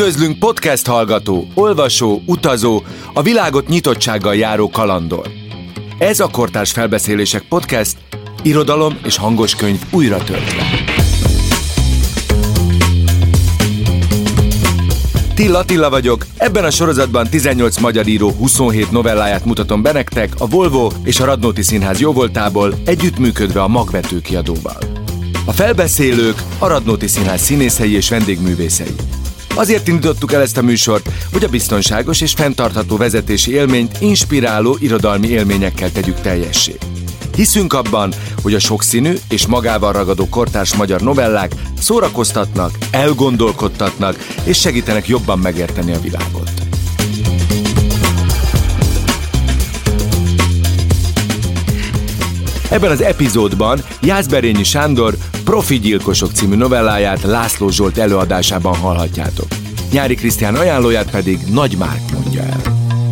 Üdvözlünk podcast hallgató, olvasó, utazó, a világot nyitottsággal járó kalandor. Ez a Kortárs Felbeszélések podcast, irodalom és hangos könyv újra töltve. Attila vagyok, ebben a sorozatban 18 magyar író 27 novelláját mutatom be nektek a Volvo és a Radnóti Színház jóvoltából, együttműködve a Magvető kiadóval. A felbeszélők a Radnóti Színház színészei és vendégművészei. Azért indítottuk el ezt a műsort, hogy a biztonságos és fenntartható vezetési élményt inspiráló irodalmi élményekkel tegyük teljessé. Hiszünk abban, hogy a sokszínű és magával ragadó kortárs magyar novellák szórakoztatnak, elgondolkodtatnak és segítenek jobban megérteni a világot. Ebben az epizódban Jászberényi Sándor Profi gyilkosok című novelláját László Zsolt előadásában hallhatjátok. Nyári Krisztián ajánlóját pedig Nagy Márk mondja el.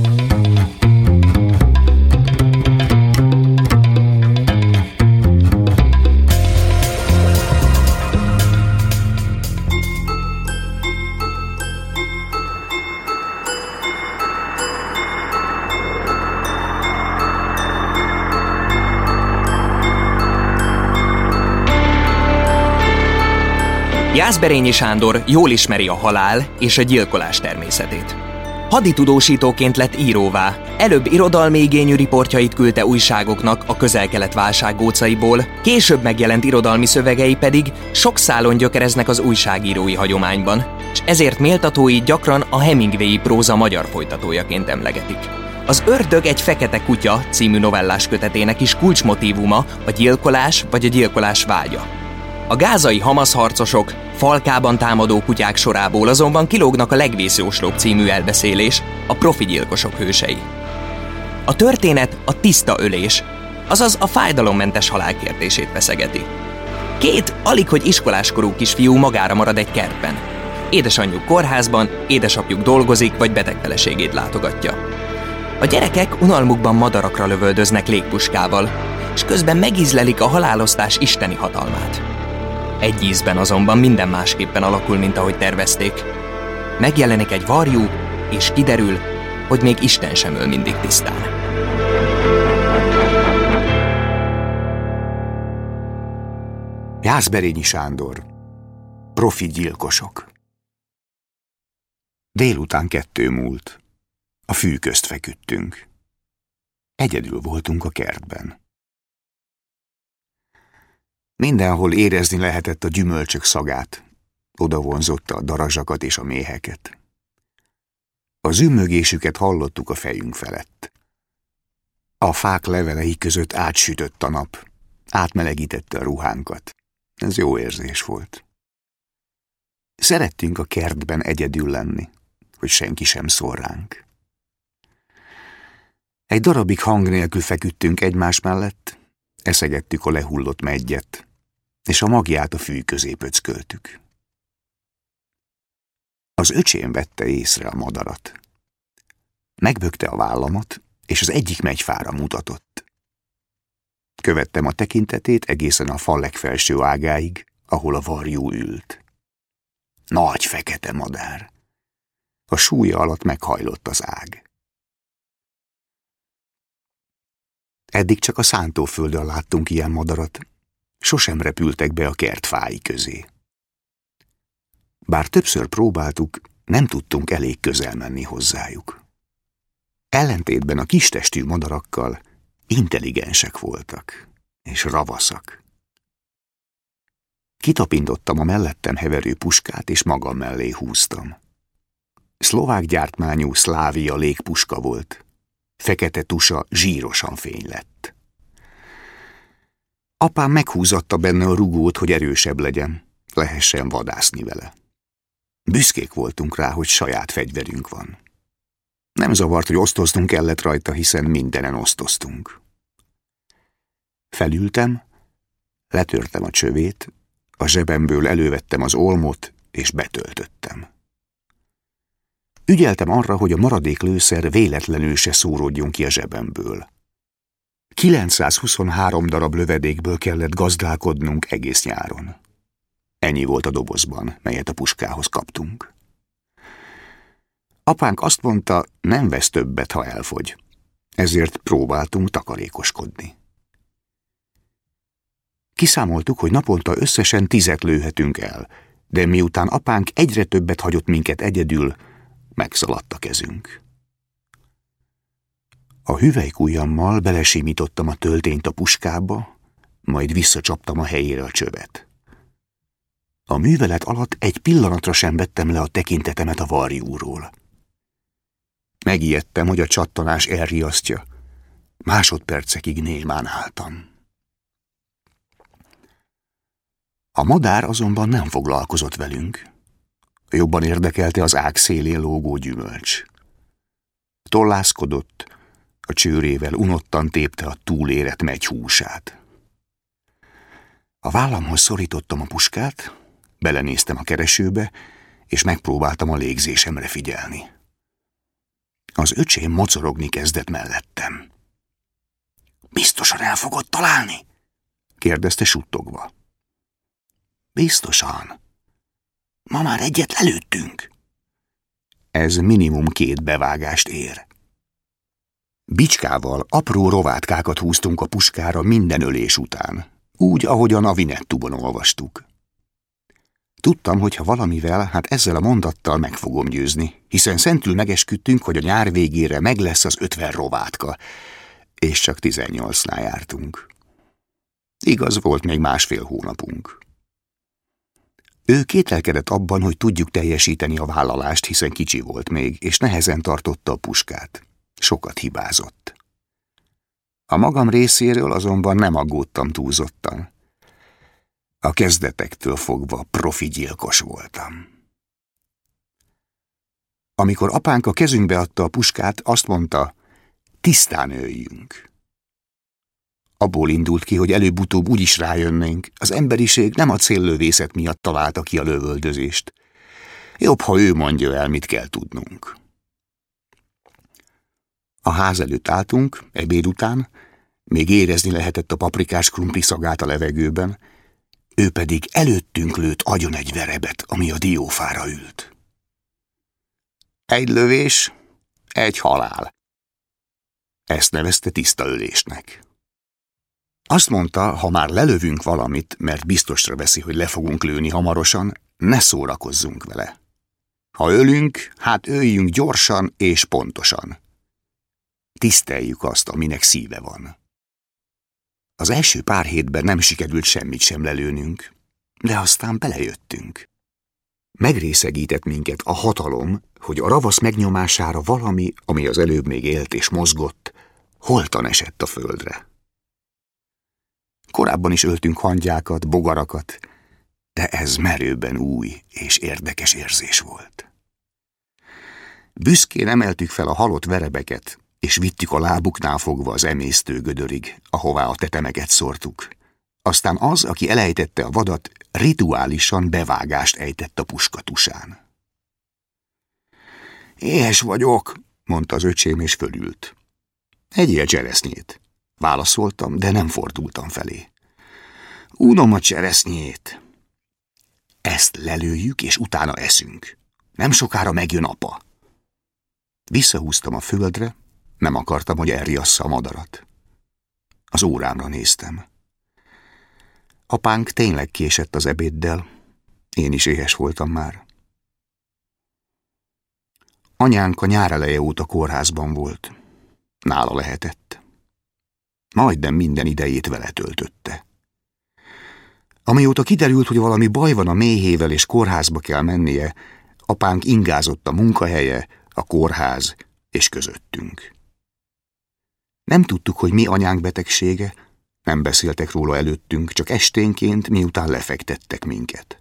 Jászberényi Sándor jól ismeri a halál és a gyilkolás természetét. Haditudósítóként lett íróvá, előbb irodalmi igényű riportjait küldte újságoknak a Közel-Kelet válsággócaiból, később megjelent irodalmi szövegei pedig sok szálon gyökereznek az újságírói hagyományban, és ezért méltatói gyakran a Hemingwayi próza magyar folytatójaként emlegetik. Az Ördög egy fekete kutya című novellás kötetének is kulcsmotívuma a gyilkolás vagy a gyilkolás vágya. A gázai Hamasz harcosok, Falkában támadó kutyák sorából azonban kilógnak a Legvészjóslók című elbeszélés, a profi gyilkosok hősei. A történet a tiszta ölés, azaz a fájdalommentes halál kérdését feszegeti. Két alighogy iskoláskorú kisfiú magára marad egy kertben. Édesanyjuk kórházban, édesapjuk dolgozik vagy beteg feleségét látogatja. A gyerekek unalmukban madarakra lövöldöznek légpuskával, és közben megízlelik a halálosztás isteni hatalmát. Egy ízben azonban minden másképpen alakul, mint ahogy tervezték. Megjelenik egy varjú, és kiderül, hogy még Isten sem öl mindig tisztán. Jászberényi Sándor. Profi gyilkosok. Délután 2 múlt. A fű közt feküdtünk. Egyedül voltunk a kertben. Mindenhol érezni lehetett a gyümölcsök szagát, odavonzotta a darazsakat és a méheket. A zümmögésüket hallottuk a fejünk felett. A fák levelei között átsütött a nap, átmelegítette a ruhánkat. Ez jó érzés volt. Szerettünk a kertben egyedül lenni, hogy senki sem szól ránk. Egy darabig hang nélkül feküdtünk egymás mellett, eszegettük a lehullott meggyet, és a magját a fű közé pöcköltük. Az öcsém vette észre a madarat. Megbökte a vállamat, és az egyik megyfára mutatott. Követtem a tekintetét egészen a fal legfelső ágáig, ahol a varjú ült. Nagy fekete madár. A súlya alatt meghajlott az ág. Eddig csak a szántóföldön láttunk ilyen madarat, sosem repültek be a kert fái közé. Bár többször próbáltuk, nem tudtunk elég közel menni hozzájuk. Ellentétben a kistestű madarakkal intelligensek voltak, és ravaszak. Kitapintottam a mellettem heverő puskát, és magam mellé húztam. Szlovák gyártmányú Szlávia légpuska volt. Fekete tusa zsírosan fény lett. Apám meghúzatta benne a rugót, hogy erősebb legyen, lehessen vadászni vele. Büszkék voltunk rá, hogy saját fegyverünk van. Nem zavart, hogy osztoznunk kellett rajta, hiszen mindenen osztoztunk. Felültem, letörtem a csövét, a zsebemből elővettem az olmot, és betöltöttem. Ügyeltem arra, hogy a maradék lőszer véletlenül se szóródjon ki a zsebemből. 923 darab lövedékből kellett gazdálkodnunk egész nyáron. Ennyi volt a dobozban, melyet a puskához kaptunk. Apánk azt mondta, nem vesz többet, ha elfogy. Ezért próbáltunk takarékoskodni. Kiszámoltuk, hogy naponta összesen 10 lőhetünk el, de miután apánk egyre többet hagyott minket egyedül, megszaladt a kezünk. A hüvelykujjammal belesimítottam a töltényt a puskába, majd visszacsaptam a helyére a csövet. A művelet alatt egy pillanatra sem vettem le a tekintetemet a varjúról. Megijedtem, hogy a csattanás elriasztja. Másodpercekig némán álltam. A madár azonban nem foglalkozott velünk. Jobban érdekelte az ág szélén lógó gyümölcs. Tollászkodott, a csőrével unottan tépte a túlérett megy húsát. A vállamhoz szorítottam a puskát, belenéztem a keresőbe, és megpróbáltam a légzésemre figyelni. Az öcsém mocorogni kezdett mellettem. Biztosan el fogod találni? Kérdezte suttogva. Biztosan. Ma már egyet lelőttünk. Ez minimum 2 bevágást ér. Bicskával apró rovátkákat húztunk a puskára minden ölés után, úgy, ahogyan a Vinettúban olvastuk. Tudtam, hogy ha valamivel, hát ezzel a mondattal meg fogom győzni, hiszen szentül megesküdtünk, hogy a nyár végére meg lesz az 50 rovátka, és csak 18-nál jártunk. Igaz, volt még 1,5 hónapunk. Ő kételkedett abban, hogy tudjuk teljesíteni a vállalást, hiszen kicsi volt még, és nehezen tartotta a puskát. Sokat hibázott. A magam részéről azonban nem aggódtam túlzottan. A kezdetektől fogva profi gyilkos voltam. Amikor apánk a kezünkbe adta a puskát, azt mondta, tisztán öljünk. Abból indult ki, hogy előbb-utóbb úgyis rájönnénk, az emberiség nem a céllövészet miatt találta ki a lövöldözést. Jobb, ha ő mondja el, mit kell tudnunk. A ház előtt álltunk, ebéd után, még érezni lehetett a paprikás krumpli szagát a levegőben, ő pedig előttünk lőtt agyon egy verebet, ami a diófára ült. 1 lövés, 1 halál. Ezt nevezte tiszta ölésnek. Azt mondta, ha már lelövünk valamit, mert biztosra veszi, hogy le fogunk lőni hamarosan, ne szórakozzunk vele. Ha ölünk, hát öljünk gyorsan és pontosan. Tiszteljük azt, aminek szíve van. Az első pár hétben nem sikerült semmit sem lelőnünk, de aztán belejöttünk. Megrészegített minket a hatalom, hogy a ravasz megnyomására valami, ami az előbb még élt és mozgott, holtan esett a földre. Korábban is öltünk hangyákat, bogarakat, de ez merőben új és érdekes érzés volt. Büszkén emeltük fel a halott verebeket, és vittük a lábuknál fogva az emésztő gödörig, ahová a tetemeket szórtuk. Aztán az, aki elejtette a vadat, rituálisan bevágást ejtett a puskatusán. Éhes vagyok, mondta az öcsém, és fölült. Egyél cseresznyét, válaszoltam, de nem fordultam felé. Unom a cseresznyét. Ezt lelőjük, és utána eszünk. Nem sokára megjön apa. Visszahúztam a földre, nem akartam, hogy elriassza a madarat. Az órámra néztem. Apánk tényleg késett az ebéddel, én is éhes voltam már. Anyánk a nyáreleje óta kórházban volt. Nála lehetett. Majdnem minden idejét vele töltötte. Amióta kiderült, hogy valami baj van a méhével és kórházba kell mennie, apánk ingázott a munkahelye, a kórház és közöttünk. Nem tudtuk, hogy mi anyánk betegsége, nem beszéltek róla előttünk, csak esténként, miután lefektettek minket.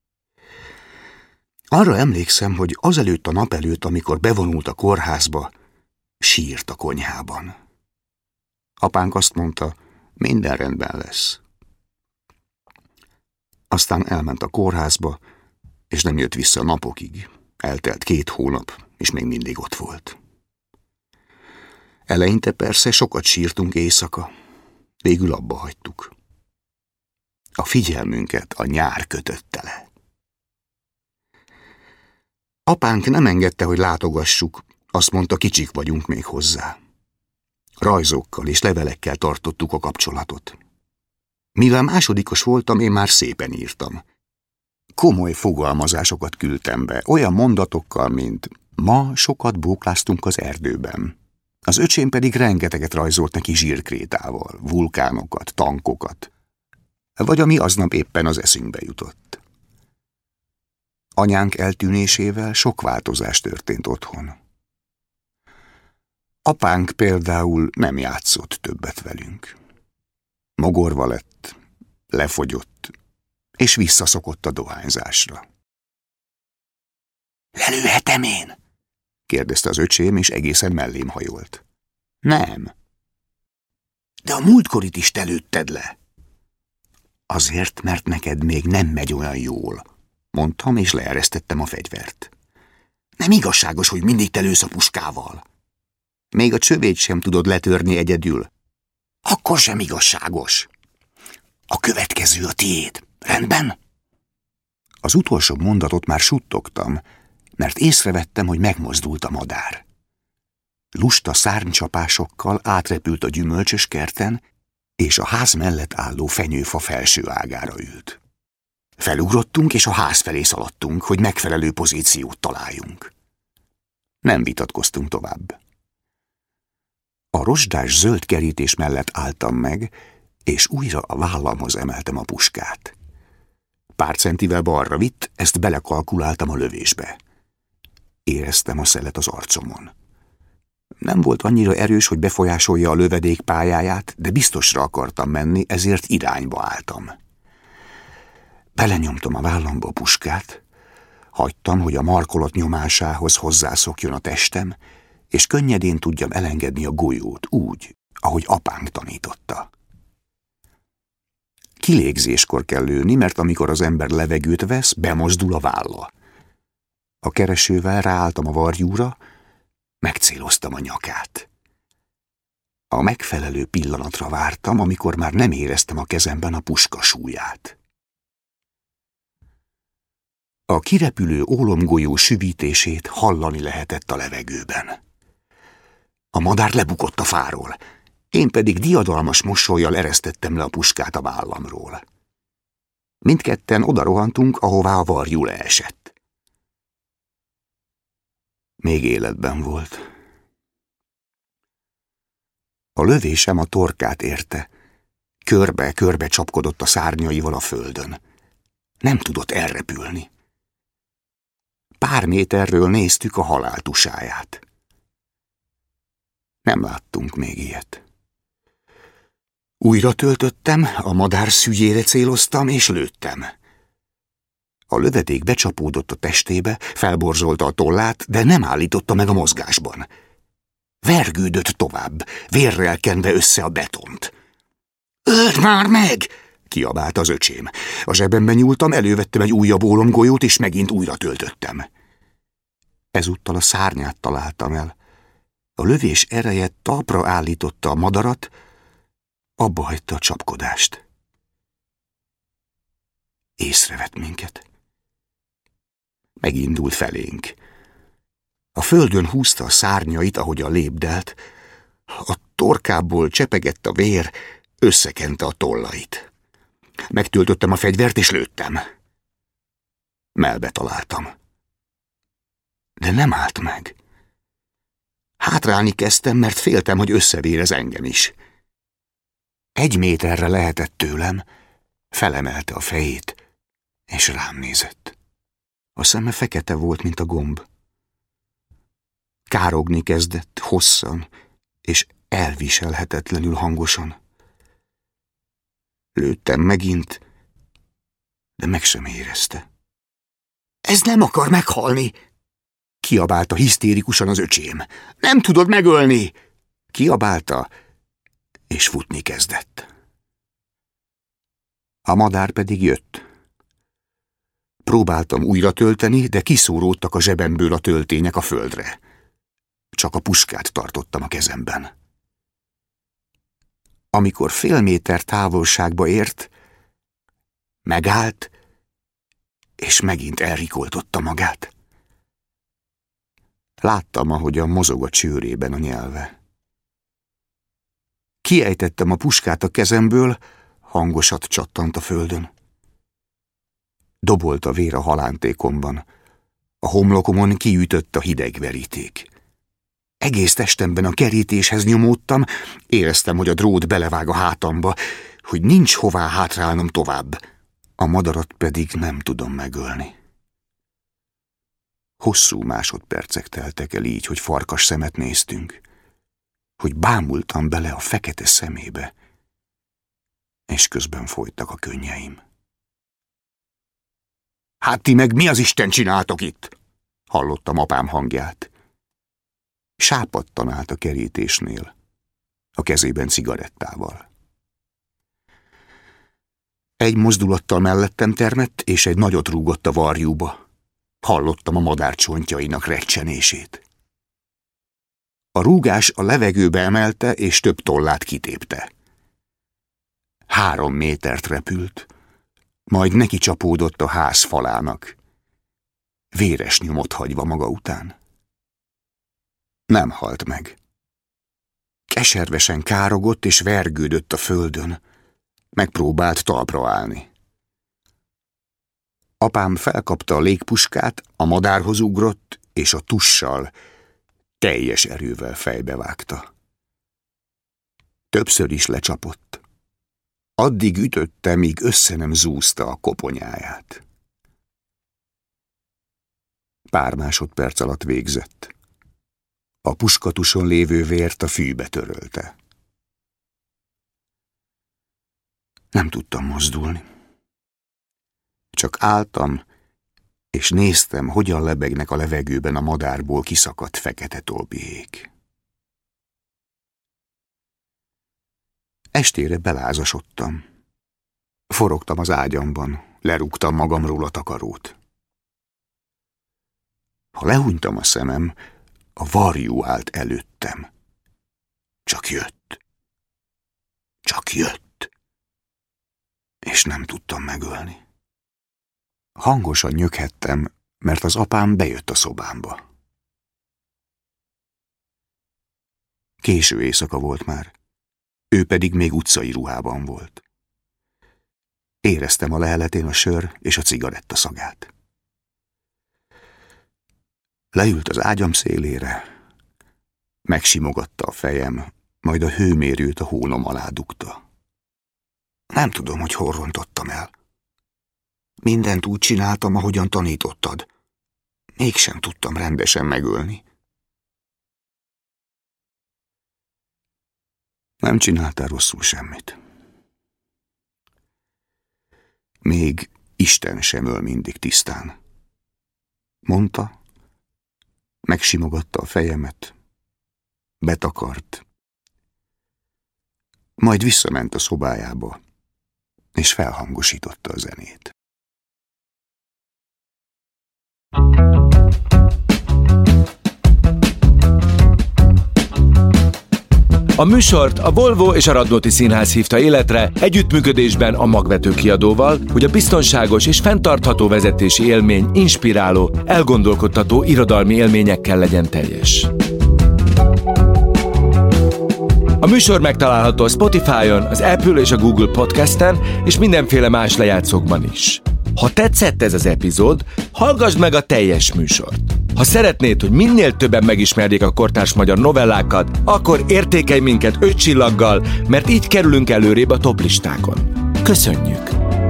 Arra emlékszem, hogy azelőtt a nap előtt, amikor bevonult a kórházba, sírt a konyhában. Apánk azt mondta, minden rendben lesz. Aztán elment a kórházba, és nem jött vissza napokig. Eltelt 2 hónap, és még mindig ott volt. Eleinte persze sokat sírtunk éjszaka, végül abba hagytuk. A figyelmünket a nyár kötötte le. Apánk nem engedte, hogy látogassuk, azt mondta, kicsik vagyunk még hozzá. Rajzokkal és levelekkel tartottuk a kapcsolatot. Mivel másodikos voltam, én már szépen írtam. Komoly fogalmazásokat küldtem be, olyan mondatokkal, mint ma sokat bókláztunk az erdőben. Az öcsém pedig rengeteget rajzolt neki zsírkrétával, vulkánokat, tankokat, vagy ami aznap éppen az eszünkbe jutott. Anyánk eltűnésével sok változás történt otthon. Apánk például nem játszott többet velünk. Mogorva lett, lefogyott, és visszaszokott a dohányzásra. Lelőhetem én? Kérdezte az öcsém, és egészen mellém hajolt. Nem. De a múltkorit is te lőtted le. Azért, mert neked még nem megy olyan jól, mondtam, és leeresztettem a fegyvert. Nem igazságos, hogy mindig te lősz a puskával. Még a csövét sem tudod letörni egyedül. Akkor sem igazságos. A következő a tiéd, rendben? Az utolsó mondatot már suttogtam, mert észrevettem, hogy megmozdult a madár. Lusta szárnycsapásokkal átrepült a gyümölcsös kerten, és a ház mellett álló fenyőfa felső ágára ült. Felugrottunk, és a ház felé szaladtunk, hogy megfelelő pozíciót találjunk. Nem vitatkoztunk tovább. A rozsdás zöld kerítés mellett álltam meg, és újra a vállamhoz emeltem a puskát. Pár centivel balra vitt, ezt belekalkuláltam a lövésbe. Éreztem a szelet az arcomon. Nem volt annyira erős, hogy befolyásolja a lövedék pályáját, de biztosra akartam menni, ezért irányba álltam. Belenyomtam a vállamba a puskát, hagytam, hogy a markolat nyomásához hozzászokjon a testem, és könnyedén tudjam elengedni a golyót úgy, ahogy apánk tanította. Kilégzéskor kell lőni, mert amikor az ember levegőt vesz, bemozdul a válla. A keresővel ráálltam a varjúra, megcéloztam a nyakát. A megfelelő pillanatra vártam, amikor már nem éreztem a kezemben a puska súlyát. A kirepülő ólomgolyó süvítését hallani lehetett a levegőben. A madár lebukott a fáról, én pedig diadalmas mosollyal eresztettem le a puskát a vállamról. Mindketten odarohantunk, ahová a varjú leesett. Még életben volt. A lövésem a torkát érte. Körbe-körbe csapkodott a szárnyaival a földön. Nem tudott elrepülni. Pár méterről néztük a halál tusáját. Nem láttunk még ilyet. Újra töltöttem, a madár szügyére céloztam, és lőttem. A lövedék becsapódott a testébe, felborzolta a tollát, de nem állította meg a mozgásban. Vergődött tovább, vérrel kenve össze a betont. Öld már meg! Kiabált az öcsém. A zsebembe nyúltam, elővettem egy újabb ólomgolyót, és megint újra töltöttem. Ezúttal a szárnyát találtam el. A lövés ereje talpra állította a madarat, abba hagyta a csapkodást. Észrevett minket. Megindult felénk. A földön húzta a szárnyait, ahogyan lépdelt, a torkából csepegett a vér, összekente a tollait. Megtöltöttem a fegyvert, és lőttem. Mellbe találtam. De nem állt meg. Hátrálni kezdtem, mert féltem, hogy összevérez engem is. 1 méterre lehetett tőlem, felemelte a fejét, és rám nézett. A szeme fekete volt, mint a gomb. Károgni kezdett, hosszan, és elviselhetetlenül hangosan. Lőttem megint, de meg sem érezte. Ez nem akar meghalni! Kiabálta hisztérikusan az öcsém. Nem tudod megölni! Kiabálta, és futni kezdett. A madár pedig jött. Próbáltam újra tölteni, de kiszóródtak a zsebemből a töltények a földre. Csak a puskát tartottam a kezemben. Amikor fél méter távolságba ért, megállt, és megint elrikoltotta magát. Láttam, ahogyan mozog a csőrében a nyelve. Kiejtettem a puskát a kezemből, hangosat csattant a földön. Dobolt a vér a halántékomban. A homlokomon kiütött a hideg veríték. Egész testemben a kerítéshez nyomódtam, éreztem, hogy a drót belevág a hátamba, hogy nincs hová hátrálnom tovább, a madarat pedig nem tudom megölni. Hosszú másodpercek teltek el így, hogy farkas szemet néztünk, hogy bámultam bele a fekete szemébe, és közben folytak a könnyeim. Hát ti meg mi az Isten csináltok itt? Hallottam apám hangját. Sápadtan állt a kerítésnél, a kezében cigarettával. Egy mozdulattal mellettem termett, és egy nagyot rúgott a varjúba. Hallottam a madár csontjainak recsenését. A rúgás a levegőbe emelte, és több tollát kitépte. 3 métert repült, majd neki csapódott a ház falának, véres nyomot hagyva maga után. Nem halt meg. Keservesen károgott és vergődött a földön, megpróbált talpra állni. Apám felkapta a légpuskát, a madárhoz ugrott, és a tussal teljes erővel fejbevágta. Többször is lecsapott. Addig ütötte, míg össze nem zúzta a koponyáját. Pár másodperc alatt végzett. A puskatuson lévő vért a fűbe törölte. Nem tudtam mozdulni. Csak álltam, és néztem, hogyan lebegnek a levegőben a madárból kiszakadt fekete tolbiék. Estére belázasodtam. Forogtam az ágyamban, lerúgtam magamról a takarót. Ha lehúnytam a szemem, a varjú állt előttem. Csak jött. Csak jött. És nem tudtam megölni. Hangosan nyöghettem, mert az apám bejött a szobámba. Késő éjszaka volt már, ő pedig még utcai ruhában volt. Éreztem a leheletén a sör és a cigaretta szagát. Leült az ágyam szélére, megsimogatta a fejem, majd a hőmérőt a hónom alá dugta. Nem tudom, hogy hol rontottam el. Mindent úgy csináltam, ahogyan tanítottad. Mégsem tudtam rendesen megölni. Nem csináltál rosszul semmit. Még Isten sem öl mindig tisztán. Mondta, megsimogatta a fejemet, betakart, majd visszament a szobájába, és felhangosította a zenét. A műsort a Volvo és a Radnóti Színház hívta életre együttműködésben a Magvető Kiadóval, hogy a biztonságos és fenntartható vezetési élmény inspiráló, elgondolkodtató irodalmi élményekkel legyen teljes. A műsor megtalálható a Spotify-on, az Apple és a Google Podcasten és mindenféle más lejátszókban is. Ha tetszett ez az epizód, hallgassd meg a teljes műsort. Ha szeretnéd, hogy minél többen megismerjék a kortárs magyar novellákat, akkor értékelj minket 5 csillaggal, mert így kerülünk előrébb a toplistákon. Köszönjük!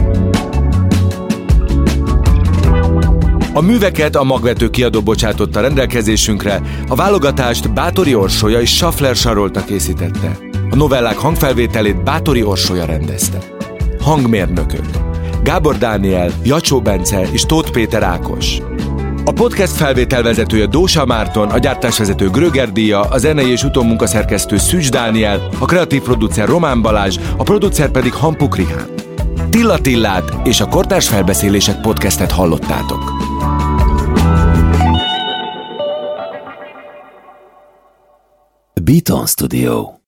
A műveket a Magvető Kiadó bocsátotta rendelkezésünkre, a válogatást Báthori Orsolya és Schaffler Sarolta készítette. A novellák hangfelvételét Báthori Orsolya rendezte. Hangmérnökök: Gábor Dániel, Jacsó Bence és Tóth Péter Ákos. A podcast felvételvezetője Dósa Márton, a gyártásvezető Gröger Díja, a zenei és utómunkaszerkesztő Szűcs Dániel, a kreatív producer Román Balázs, a producer pedig Hampuk Rihán. Tilla Tillát és a Kortárs Felbeszélések podcastet hallottátok. Beaton Studio.